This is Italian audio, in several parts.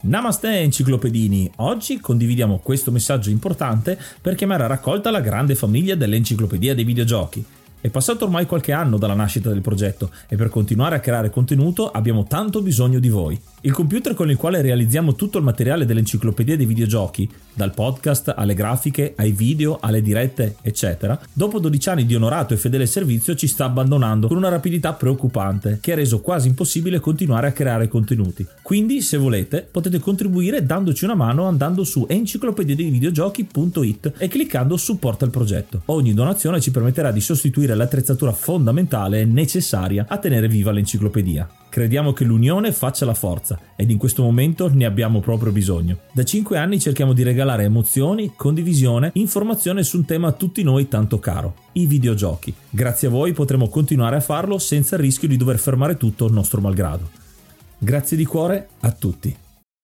Namaste enciclopedini, oggi condividiamo questo messaggio importante per chiamare a raccolta la grande famiglia dell'enciclopedia dei videogiochi. È passato ormai qualche anno dalla nascita del progetto e per continuare a creare contenuto abbiamo tanto bisogno di voi. Il computer con il quale realizziamo tutto il materiale dell'enciclopedia dei videogiochi, dal podcast alle grafiche, ai video, alle dirette, eccetera, dopo 12 anni di onorato e fedele servizio ci sta abbandonando con una rapidità preoccupante che ha reso quasi impossibile continuare a creare contenuti. Quindi, se volete, potete contribuire dandoci una mano andando su enciclopediadeivideogiochi.it e cliccando supporta il progetto. Ogni donazione ci permetterà di sostituire l'attrezzatura fondamentale e necessaria a tenere viva l'enciclopedia. Crediamo che l'unione faccia la forza ed in questo momento ne abbiamo proprio bisogno. Da 5 anni cerchiamo di regalare emozioni, condivisione, informazione su un tema a tutti noi tanto caro, i videogiochi. Grazie a voi potremo continuare a farlo senza il rischio di dover fermare tutto nostro malgrado. Grazie di cuore a tutti.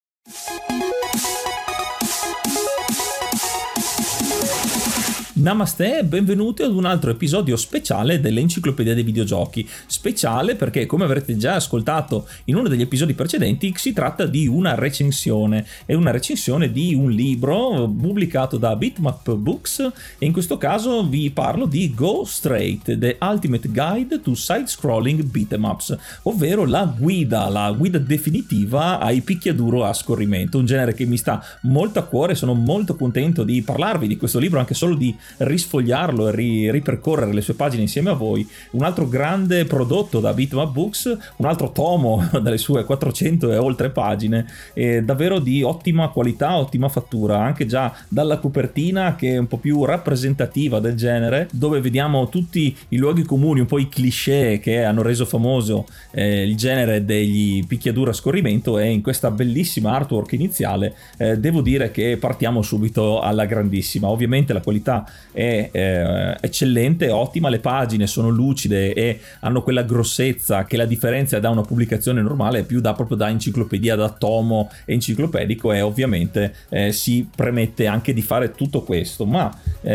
Namaste e benvenuti ad un altro episodio speciale dell'Enciclopedia dei Videogiochi. Speciale perché, come avrete già ascoltato in uno degli episodi precedenti, si tratta di una recensione. È una recensione di un libro pubblicato da Bitmap Books e in questo caso vi parlo di Go Straight, The Ultimate Guide to Side-Scrolling Beat'em Ups, ovvero la guida definitiva ai picchiaduro a scorrimento, un genere che mi sta molto a cuore. Sono molto contento di parlarvi di questo libro, anche solo di risfogliarlo e ripercorrere le sue pagine insieme a voi. Un altro grande prodotto da Bitmap Books, un altro tomo dalle sue 400 e oltre pagine, davvero di ottima qualità, ottima fattura, anche già dalla copertina che è un po' più rappresentativa del genere, dove vediamo tutti i luoghi comuni, un po' i cliché che hanno reso famoso il genere degli picchiaduro a scorrimento, e in questa bellissima artwork iniziale devo dire che partiamo subito alla grandissima. Ovviamente la qualità è eccellente, ottima, le pagine sono lucide e hanno quella grossezza che la differenzia da una pubblicazione normale, più proprio da enciclopedia, da tomo enciclopedico, e ovviamente si premette anche di fare tutto questo, ma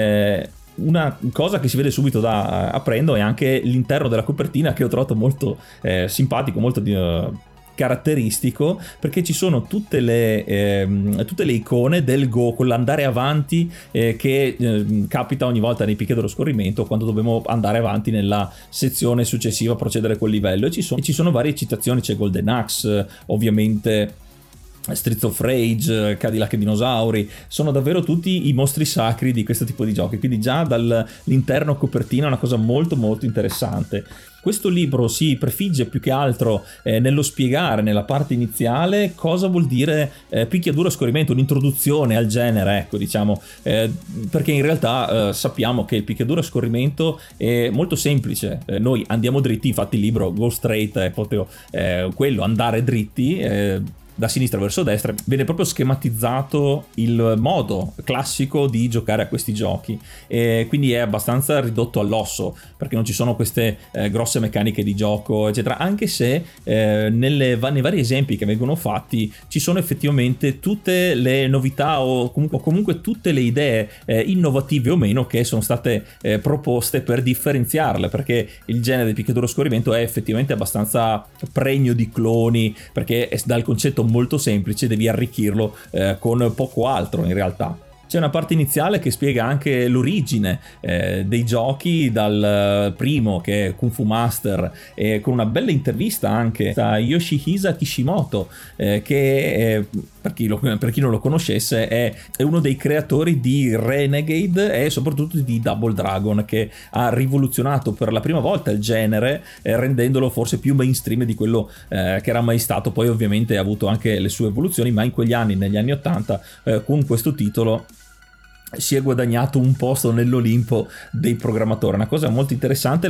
una cosa che si vede subito da aprendo è anche l'interno della copertina, che ho trovato molto simpatico, molto caratteristico, perché ci sono tutte le icone del Go, con l'andare avanti che capita ogni volta nei picchiaduro scorrimento quando dobbiamo andare avanti nella sezione successiva, procedere col livello, e ci sono varie citazioni. C'è Golden Axe, ovviamente Streets of Rage, Cadillac e dinosauri, sono davvero tutti i mostri sacri di questo tipo di giochi, quindi già dall'interno copertina è una cosa molto molto interessante. Questo libro si prefigge più che altro nello spiegare nella parte iniziale cosa vuol dire picchiaduro a scorrimento, un'introduzione al genere, ecco, diciamo, perché in realtà sappiamo che il picchiaduro a scorrimento è molto semplice. Noi andiamo dritti, infatti il libro Go Straight è proprio quello, andare dritti, da sinistra verso destra. Viene proprio schematizzato il modo classico di giocare a questi giochi, e quindi è abbastanza ridotto all'osso, perché non ci sono queste grosse meccaniche di gioco eccetera, anche se nei vari esempi che vengono fatti ci sono effettivamente tutte le novità o comunque tutte le idee innovative o meno che sono state proposte per differenziarle, perché il genere di picchiaduro a scorrimento è effettivamente abbastanza pregno di cloni, perché è dal concetto molto semplice, devi arricchirlo con poco altro in realtà. C'è una parte iniziale che spiega anche l'origine dei giochi, dal primo che è Kung Fu Master, con una bella intervista anche da Yoshihisa Kishimoto, che per chi non lo conoscesse è uno dei creatori di Renegade e soprattutto di Double Dragon, che ha rivoluzionato per la prima volta il genere, rendendolo forse più mainstream di quello che era mai stato. Poi ovviamente ha avuto anche le sue evoluzioni, ma in quegli anni, negli anni 80, con questo titolo si è guadagnato un posto nell'Olimpo dei programmatori. Una cosa molto interessante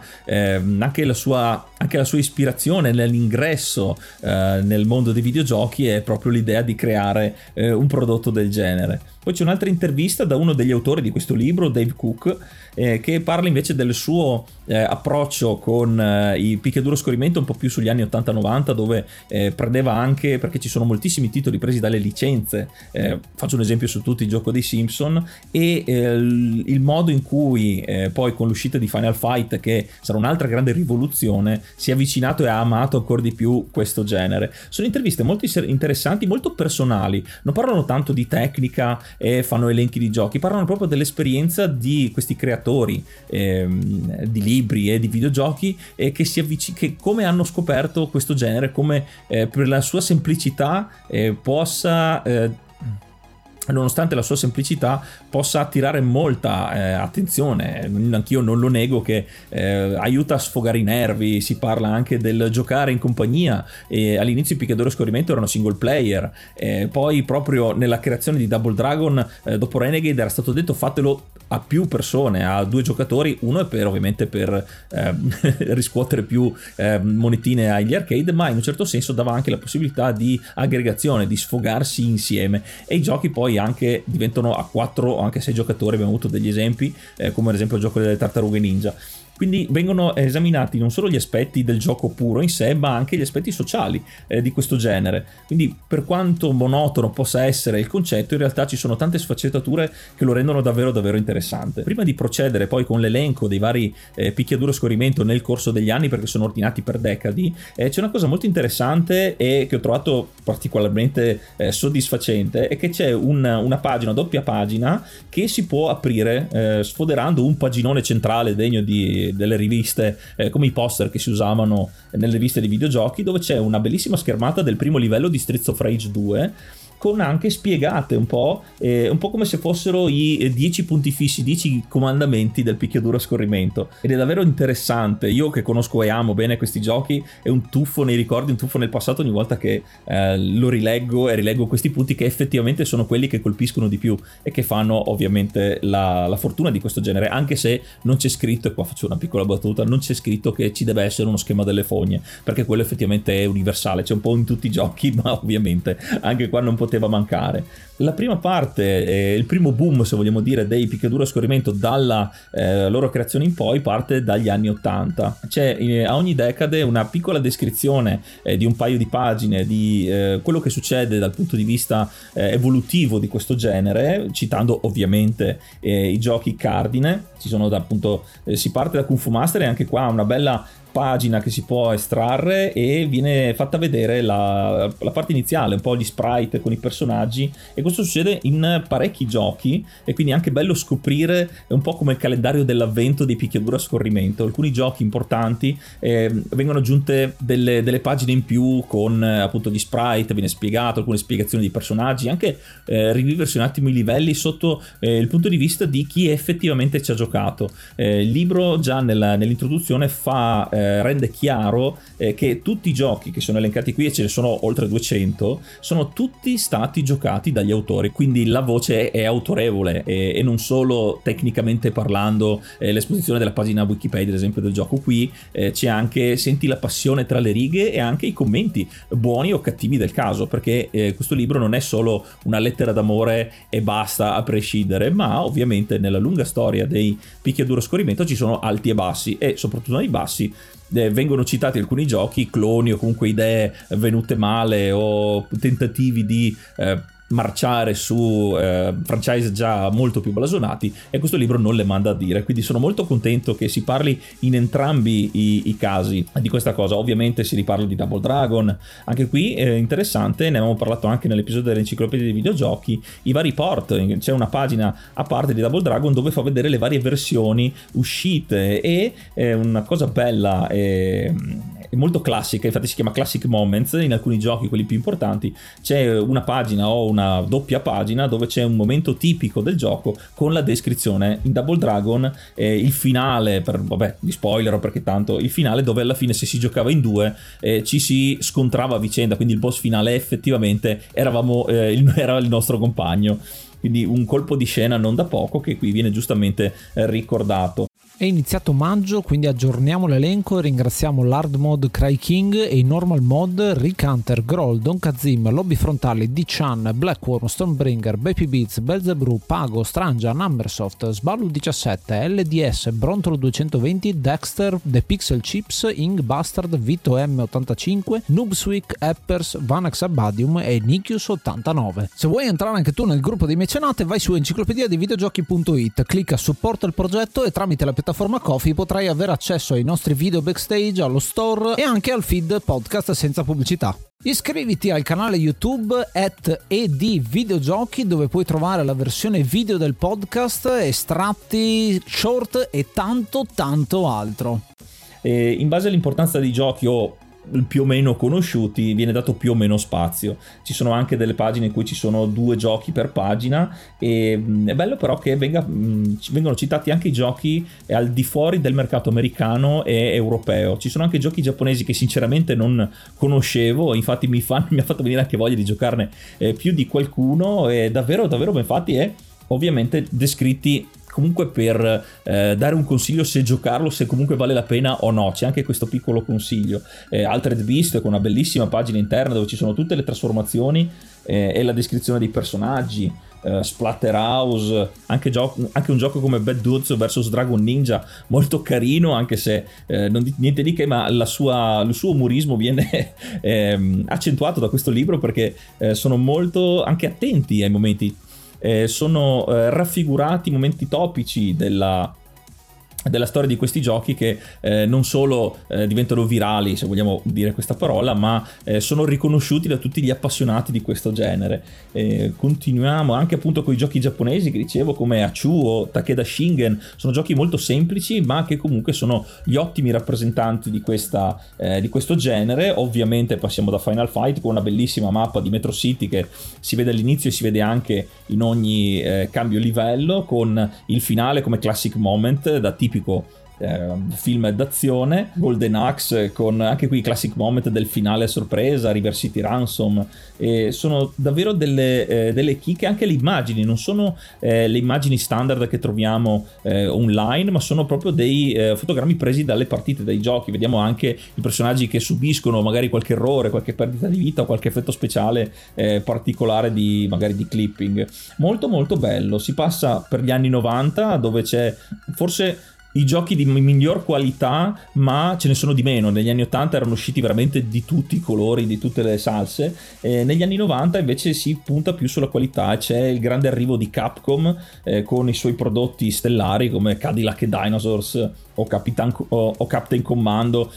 anche la sua ispirazione nell'ingresso nel mondo dei videogiochi è proprio l'idea di creare un prodotto del genere. Poi c'è un'altra intervista da uno degli autori di questo libro, Dave Cook, che parla invece del suo approccio con i picchiaduro scorrimento un po' più sugli anni 80-90, dove prendeva anche, perché ci sono moltissimi titoli presi dalle licenze, faccio un esempio su tutti, il gioco dei Simpson, Horizon, e il modo in cui poi con l'uscita di Final Fight, che sarà un'altra grande rivoluzione, si è avvicinato e ha amato ancora di più questo genere. Sono interviste molto interessanti, molto personali, non parlano tanto di tecnica e fanno elenchi di giochi, parlano proprio dell'esperienza di questi creatori di libri e di videogiochi, che come hanno scoperto questo genere, come per la sua semplicità possa nonostante la sua semplicità possa attirare molta attenzione. Anch'io non lo nego che aiuta a sfogare i nervi. Si parla anche del giocare in compagnia, e all'inizio i picchiaduro scorrimento erano single player, poi proprio nella creazione di Double Dragon dopo Renegade era stato detto fatelo a più persone, a 2 giocatori, uno è ovviamente per riscuotere più monetine agli arcade, ma in un certo senso dava anche la possibilità di aggregazione, di sfogarsi insieme, e i giochi poi anche diventano a 4 o anche 6 giocatori. Abbiamo avuto degli esempi come ad esempio il gioco delle tartarughe ninja. Quindi vengono esaminati non solo gli aspetti del gioco puro in sé, ma anche gli aspetti sociali di questo genere. Quindi per quanto monotono possa essere il concetto, in realtà ci sono tante sfaccettature che lo rendono davvero davvero interessante. Prima di procedere poi con l'elenco dei vari picchiaduro scorrimento nel corso degli anni, perché sono ordinati per decadi, c'è una cosa molto interessante e che ho trovato particolarmente soddisfacente, è che c'è una pagina, doppia pagina, che si può aprire sfoderando un paginone centrale degno delle riviste, come i poster che si usavano nelle riviste di videogiochi, dove c'è una bellissima schermata del primo livello di Streets of Rage 2, con anche spiegate un po' come se fossero i 10 punti fissi, 10 comandamenti del picchiaduro a scorrimento, ed è davvero interessante. Io che conosco e amo bene questi giochi, è un tuffo nei ricordi, un tuffo nel passato ogni volta che lo rileggo e rileggo questi punti, che effettivamente sono quelli che colpiscono di più e che fanno ovviamente la fortuna di questo genere, anche se non c'è scritto, e qua faccio una piccola battuta, non c'è scritto che ci deve essere uno schema delle fogne, perché quello effettivamente è universale, c'è un po' in tutti i giochi, ma ovviamente anche qua non poteva mancare. La prima parte, il primo boom, se vogliamo dire, dei picchiaduro a scorrimento dalla loro creazione in poi, parte dagli anni 80. C'è a ogni decade una piccola descrizione di un paio di pagine di quello che succede dal punto di vista evolutivo di questo genere, citando ovviamente i giochi cardine. Si parte da Kung Fu Master, e anche qua una bella pagina che si può estrarre e viene fatta vedere la parte iniziale, un po' gli sprite con i personaggi, e questo succede in parecchi giochi, e quindi è anche bello scoprire, è un po' come il calendario dell'avvento dei picchiaduro a scorrimento. Alcuni giochi importanti vengono aggiunte delle pagine in più con appunto gli sprite, viene spiegato, alcune spiegazioni di personaggi, anche riviversi un attimo i livelli sotto il punto di vista di chi effettivamente ci ha giocato. Il libro già nell'introduzione rende chiaro che tutti i giochi che sono elencati qui, e ce ne sono oltre 200, sono tutti stati giocati dagli autori, quindi la voce è autorevole, e non solo tecnicamente parlando. L'esposizione della pagina Wikipedia ad esempio del gioco qui, c'è anche, senti la passione tra le righe e anche i commenti buoni o cattivi del caso, perché questo libro non è solo una lettera d'amore e basta a prescindere, ma ovviamente nella lunga storia dei picchiaduro a scorrimento ci sono alti e bassi, e soprattutto nei bassi vengono citati alcuni giochi, cloni o comunque idee venute male o tentativi di marciare su franchise già molto più blasonati, e questo libro non le manda a dire. Quindi sono molto contento che si parli in entrambi i casi di questa cosa. Ovviamente si riparla di Double Dragon, anche qui è interessante, ne avevamo parlato anche nell'episodio dell'enciclopedia dei videogiochi, i vari port. C'è una pagina a parte di Double Dragon dove fa vedere le varie versioni uscite, e una cosa bella è molto classica, infatti si chiama Classic Moments in alcuni giochi, quelli più importanti. C'è una pagina o una doppia pagina dove c'è un momento tipico del gioco con la descrizione. In Double Dragon il finale, di spoiler, perché tanto il finale, dove alla fine se si giocava in due ci si scontrava a vicenda, quindi il boss finale effettivamente era il nostro compagno. Quindi un colpo di scena non da poco, che qui viene giustamente ricordato. È iniziato maggio, quindi aggiorniamo l'elenco e ringraziamo l'Hard Mode Cry King e i Normal Mode Rick Hunter, Groll, Don Kazim, Lobby Frontali, D-Chan, Blackworm, Stonebringer, Baby Beats, Belzebrew, Pago, Strangia, Numbersoft, Sballu17, LDS, Brontolo 220, Dexter, The Pixel Chips, Ing Bastard, Vito M85, Noobswick, Eppers, Vanex Abadium e Nikius89. Se vuoi entrare anche tu nel gruppo dei mecenate, vai su enciclopediadivideogiochi.it, clicca supporta il progetto e tramite la piattaforma Ko-fi potrai avere accesso ai nostri video backstage, allo store e anche al feed podcast senza pubblicità. Iscriviti al canale YouTube @edvideogiochi, dove puoi trovare la versione video del podcast, estratti, short e tanto altro. In base all'importanza dei giochi o più o meno conosciuti viene dato più o meno spazio. Ci sono anche delle pagine in cui ci sono 2 giochi per pagina e è bello però che vengono citati anche i giochi al di fuori del mercato americano e europeo. Ci sono anche giochi giapponesi che sinceramente non conoscevo, infatti mi ha fatto venire anche voglia di giocarne più di qualcuno, e davvero ben fatti e ovviamente descritti comunque per dare un consiglio se giocarlo, se comunque vale la pena o no. C'è anche questo piccolo consiglio. Altered Beast, con una bellissima pagina interna dove ci sono tutte le trasformazioni e la descrizione dei personaggi. Splatterhouse, anche un gioco come Bad Dudes vs Dragon Ninja, molto carino, anche se niente di che, ma il suo umorismo viene accentuato da questo libro, perché sono molto anche attenti ai momenti. Sono raffigurati momenti topici della storia di questi giochi che non solo diventano virali, se vogliamo dire questa parola, ma sono riconosciuti da tutti gli appassionati di questo genere. Continuiamo anche appunto con i giochi giapponesi che dicevo, come Achu o Takeda Shingen. Sono giochi molto semplici ma che comunque sono gli ottimi rappresentanti di questo genere. Ovviamente passiamo da Final Fight, con una bellissima mappa di Metro City che si vede all'inizio e si vede anche in ogni cambio livello, con il finale come classic moment da tipico film d'azione. Golden Axe, con anche qui classic moment del finale a sorpresa, River City Ransom, e sono davvero delle chicche. Anche le immagini non sono le immagini standard che troviamo online, ma sono proprio dei fotogrammi presi dalle partite, dai giochi. Vediamo anche i personaggi che subiscono magari qualche errore, qualche perdita di vita o qualche effetto speciale particolare magari di clipping. Molto bello. Si passa per gli anni 90, dove c'è forse i giochi di miglior qualità, ma ce ne sono di meno. Negli anni 80 erano usciti veramente di tutti i colori, di tutte le salse. Negli anni 90 invece si punta più sulla qualità. C'è il grande arrivo di Capcom con i suoi prodotti stellari come Cadillac e Dinosaurs o Captain Commando,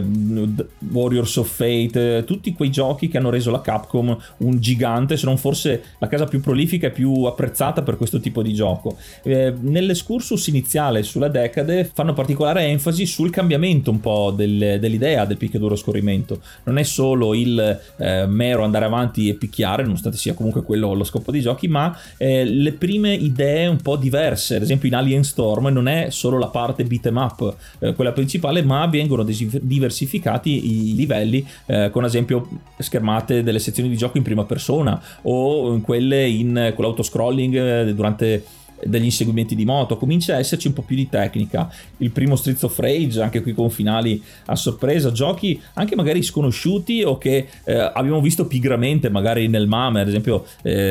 Warriors of Fate, tutti quei giochi che hanno reso la Capcom un gigante, se non forse la casa più prolifica e più apprezzata per questo tipo di gioco. Nell'excursus iniziale sulla decade fanno particolare enfasi sul cambiamento un po' dell'idea del picchiaduro a scorrimento. Non è solo il mero andare avanti e picchiare, nonostante sia comunque quello lo scopo dei giochi, ma le prime idee un po' diverse. Ad esempio in Alien Storm non è solo la parte beat 'em up quella principale, ma vengono diversificati i livelli con ad esempio schermate delle sezioni di gioco in prima persona, o in quelle con l'autoscrolling durante degli inseguimenti di moto. Comincia a esserci un po' più di tecnica. Il primo Streets of Rage, anche qui con finali a sorpresa, giochi anche magari sconosciuti o che abbiamo visto pigramente magari nel MAME, ad esempio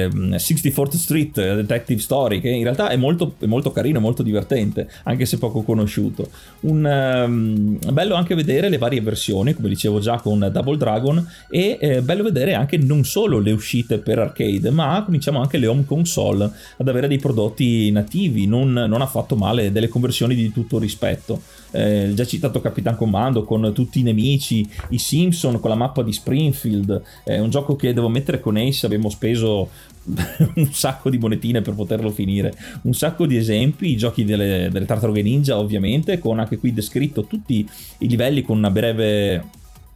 64th Street Detective Story, che in realtà è molto carino, molto divertente, anche se poco conosciuto. Bello anche vedere le varie versioni, come dicevo già con Double Dragon, e bello vedere anche non solo le uscite per arcade, ma cominciamo anche le home console ad avere dei prodotti nativi, non affatto male, delle conversioni di tutto rispetto. Già citato Capitan Commando con tutti i nemici, i Simpson con la mappa di Springfield, un gioco che devo mettere con Ace abbiamo speso un sacco di monetine per poterlo finire. Un sacco di esempi, i giochi delle Tartarughe Ninja ovviamente, con anche qui descritto tutti i livelli con una breve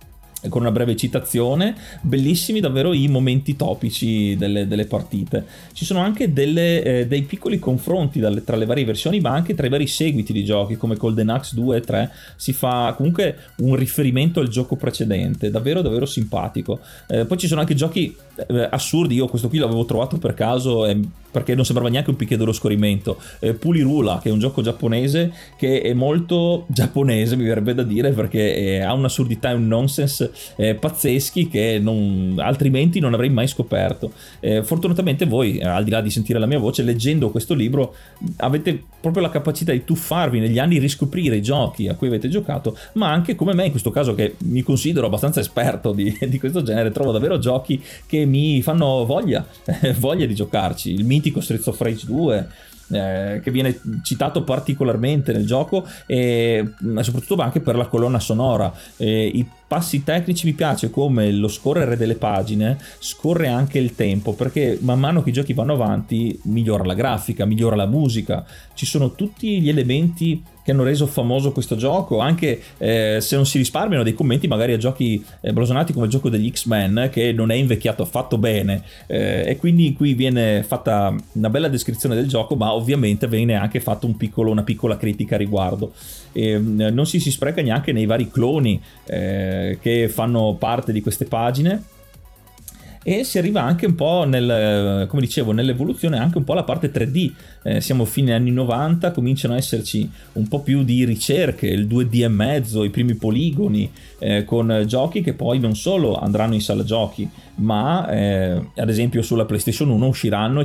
citazione. Bellissimi davvero i momenti topici delle partite. Ci sono anche dei piccoli confronti tra le varie versioni, ma anche tra i vari seguiti di giochi come Golden Axe 2 e 3. Si fa comunque un riferimento al gioco precedente, davvero simpatico. Poi ci sono anche giochi assurdi. Io questo qui l'avevo trovato per caso e perché non sembrava neanche un picchiaduro scorrimento. Pulirula, che è un gioco giapponese che è molto giapponese, mi verrebbe da dire, perché ha un'assurdità e un nonsense pazzeschi che altrimenti non avrei mai scoperto. Fortunatamente voi, al di là di sentire la mia voce, leggendo questo libro avete proprio la capacità di tuffarvi negli anni, riscoprire i giochi a cui avete giocato, ma anche come me in questo caso, che mi considero abbastanza esperto di questo genere, trovo davvero giochi che mi fanno voglia di giocarci. Il mitico Streets of Rage 2, che viene citato particolarmente nel gioco, e soprattutto anche per la colonna sonora. I passi tecnici mi piace come lo scorrere delle pagine scorre anche il tempo, perché man mano che i giochi vanno avanti migliora la grafica, migliora la musica, ci sono tutti gli elementi che hanno reso famoso questo gioco, anche se non si risparmiano dei commenti magari a giochi blasonati come il gioco degli X-Men, che non è invecchiato affatto bene, e quindi qui viene fatta una bella descrizione del gioco, ma ovviamente viene anche fatto una piccola critica a riguardo. Non si spreca neanche nei vari cloni che fanno parte di queste pagine, e si arriva anche un po' come dicevo, nell'evoluzione anche un po' alla parte 3D. Siamo fine anni 90, cominciano a esserci un po' più di ricerche, il 2D e mezzo, i primi poligoni, con giochi che poi non solo andranno in sala giochi, ma ad esempio sulla PlayStation 1 usciranno e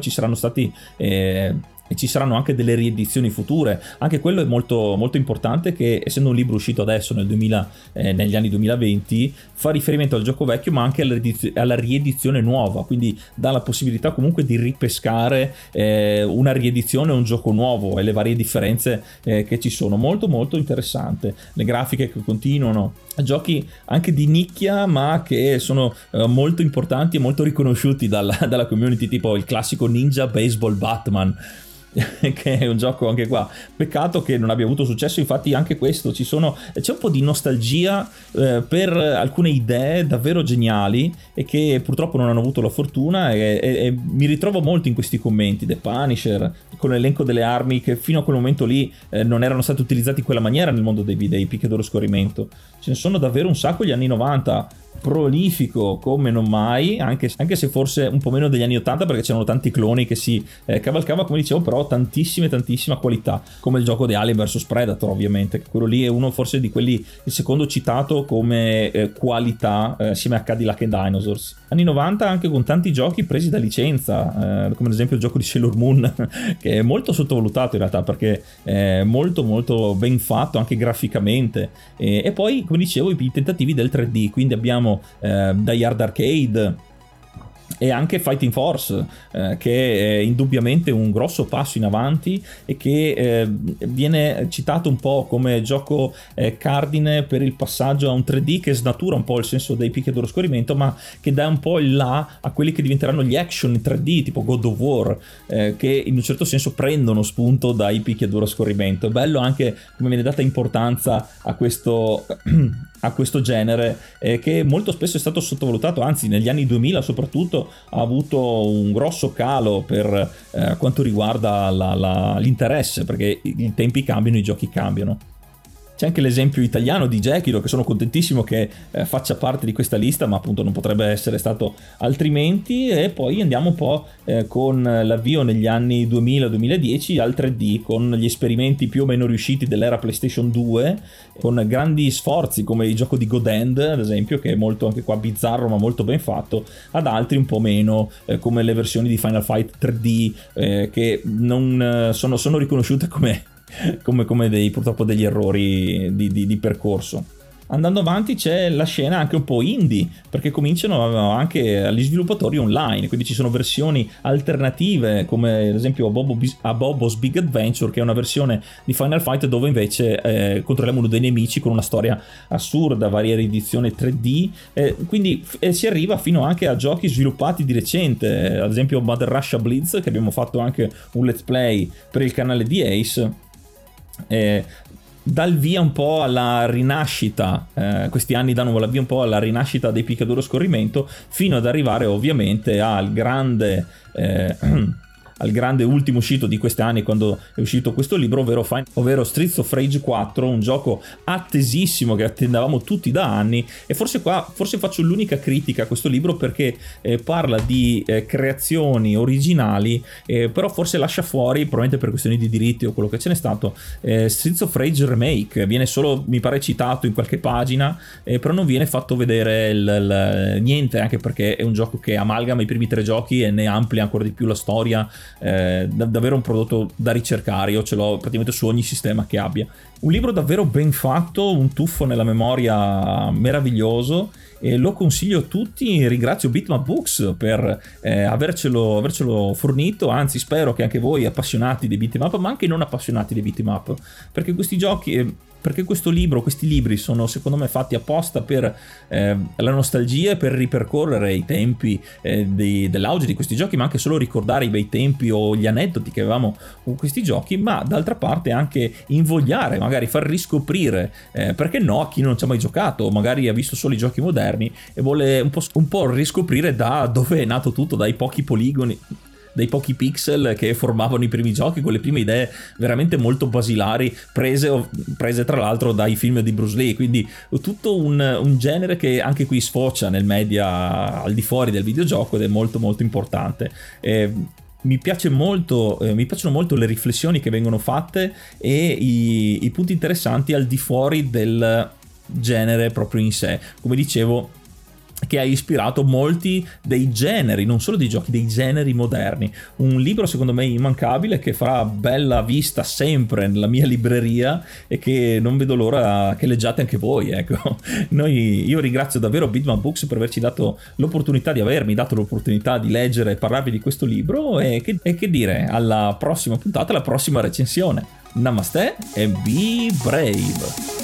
ci saranno anche delle riedizioni future. Anche quello è molto, molto importante, che essendo un libro uscito adesso negli anni 2020 fa riferimento al gioco vecchio ma anche alla riedizione nuova, quindi dà la possibilità comunque di ripescare una riedizione o un gioco nuovo e le varie differenze che ci sono. Molto molto interessante, le grafiche che continuano, giochi anche di nicchia ma che sono molto importanti e molto riconosciuti dalla community, tipo il classico Ninja Baseball Batman, che è un gioco anche qua, peccato che non abbia avuto successo. Infatti anche questo c'è un po' di nostalgia per alcune idee davvero geniali e che purtroppo non hanno avuto la fortuna, e mi ritrovo molto in questi commenti. The Punisher, con l'elenco delle armi che fino a quel momento lì non erano state utilizzate in quella maniera nel mondo dei picchiaduro scorrimento. Ce ne sono davvero un sacco. Gli anni 90 prolifico come non mai, anche se forse un po' meno degli anni 80, perché c'erano tanti cloni che si cavalcava, come dicevo, però tantissima qualità, come il gioco di Alien vs Predator, ovviamente, quello lì è uno forse di quelli, il secondo citato come qualità, assieme a Cadillac and Dinosaurs. Anni 90 anche con tanti giochi presi da licenza, come ad esempio il gioco di Sailor Moon che è molto sottovalutato in realtà, perché è molto molto ben fatto anche graficamente, e poi come dicevo i tentativi del 3D, quindi abbiamo Die Hard Arcade e anche Fighting Force, che è indubbiamente un grosso passo in avanti e che viene citato un po' come gioco cardine per il passaggio a un 3D che snatura un po' il senso dei picchiaduro scorrimento, ma che dà un po' il là a quelli che diventeranno gli action in 3D tipo God of War, che in un certo senso prendono spunto dai picchiaduro scorrimento. È bello anche come viene data importanza a questo genere, che molto spesso è stato sottovalutato, anzi negli anni 2000 soprattutto ha avuto un grosso calo per quanto riguarda l'interesse, perché i tempi cambiano, i giochi cambiano. C'è anche l'esempio italiano di Gekiro, che sono contentissimo che faccia parte di questa lista, ma appunto non potrebbe essere stato altrimenti. E poi andiamo un po' con l'avvio negli anni 2000-2010 al 3D, con gli esperimenti più o meno riusciti dell'era PlayStation 2, con grandi sforzi come il gioco di God Hand, ad esempio, che è molto anche qua bizzarro ma molto ben fatto, ad altri un po' meno, come le versioni di Final Fight 3D, che non sono riconosciute come purtroppo degli errori di percorso. Andando avanti c'è la scena anche un po' indie, perché cominciano anche gli sviluppatori online, quindi ci sono versioni alternative, come ad esempio a Bobo's Big Adventure, che è una versione di Final Fight dove invece controlliamo uno dei nemici con una storia assurda, varie riedizioni 3D, quindi si arriva fino anche a giochi sviluppati di recente, ad esempio Mother Russia Blitz, che abbiamo fatto anche un let's play per il canale di Ace, dà il via un po' alla rinascita, questi anni danno il via un po' alla rinascita dei picchiaduro scorrimento, fino ad arrivare ovviamente al grande al grande ultimo uscito di questi anni quando è uscito questo libro, ovvero Streets of Rage 4, un gioco attesissimo che attendavamo tutti da anni. E forse faccio l'unica critica a questo libro perché parla di creazioni originali, però forse lascia fuori, probabilmente per questioni di diritti o quello che ce n'è stato, Streets of Rage Remake. Viene solo, mi pare, citato in qualche pagina, però non viene fatto vedere niente, anche perché è un gioco che amalgama i primi 3 giochi e ne amplia ancora di più la storia. Davvero un prodotto da ricercare, io ce l'ho praticamente su ogni sistema che abbia. Un libro davvero ben fatto, un tuffo nella memoria meraviglioso, e lo consiglio a tutti. Ringrazio Bitmap Books per avercelo fornito, anzi spero che anche voi appassionati dei beat'em up, ma anche non appassionati dei beat'em up, perché questi libri sono secondo me fatti apposta per la nostalgia, per ripercorrere i tempi dell'auge di questi giochi, ma anche solo ricordare i bei tempi o gli aneddoti che avevamo con questi giochi, ma d'altra parte anche invogliare, magari far riscoprire, perché no, a chi non ci ha mai giocato o magari ha visto solo i giochi moderni e vuole un po' riscoprire da dove è nato tutto, dai pochi poligoni, dei pochi pixel che formavano i primi giochi, con le prime idee veramente molto basilari, prese tra l'altro dai film di Bruce Lee. Quindi tutto un genere che anche qui sfocia nel media al di fuori del videogioco ed è molto molto importante. Mi piacciono molto le riflessioni che vengono fatte e i punti interessanti al di fuori del genere proprio in sé, come dicevo, che ha ispirato molti dei generi, non solo dei giochi, dei generi moderni. Un libro secondo me immancabile, che farà bella vista sempre nella mia libreria e che non vedo l'ora che leggiate anche voi, ecco. Io ringrazio davvero Bitmap Books per avermi dato l'opportunità di leggere e parlarvi di questo libro, e che dire, alla prossima puntata, alla prossima recensione. Namaste e be brave!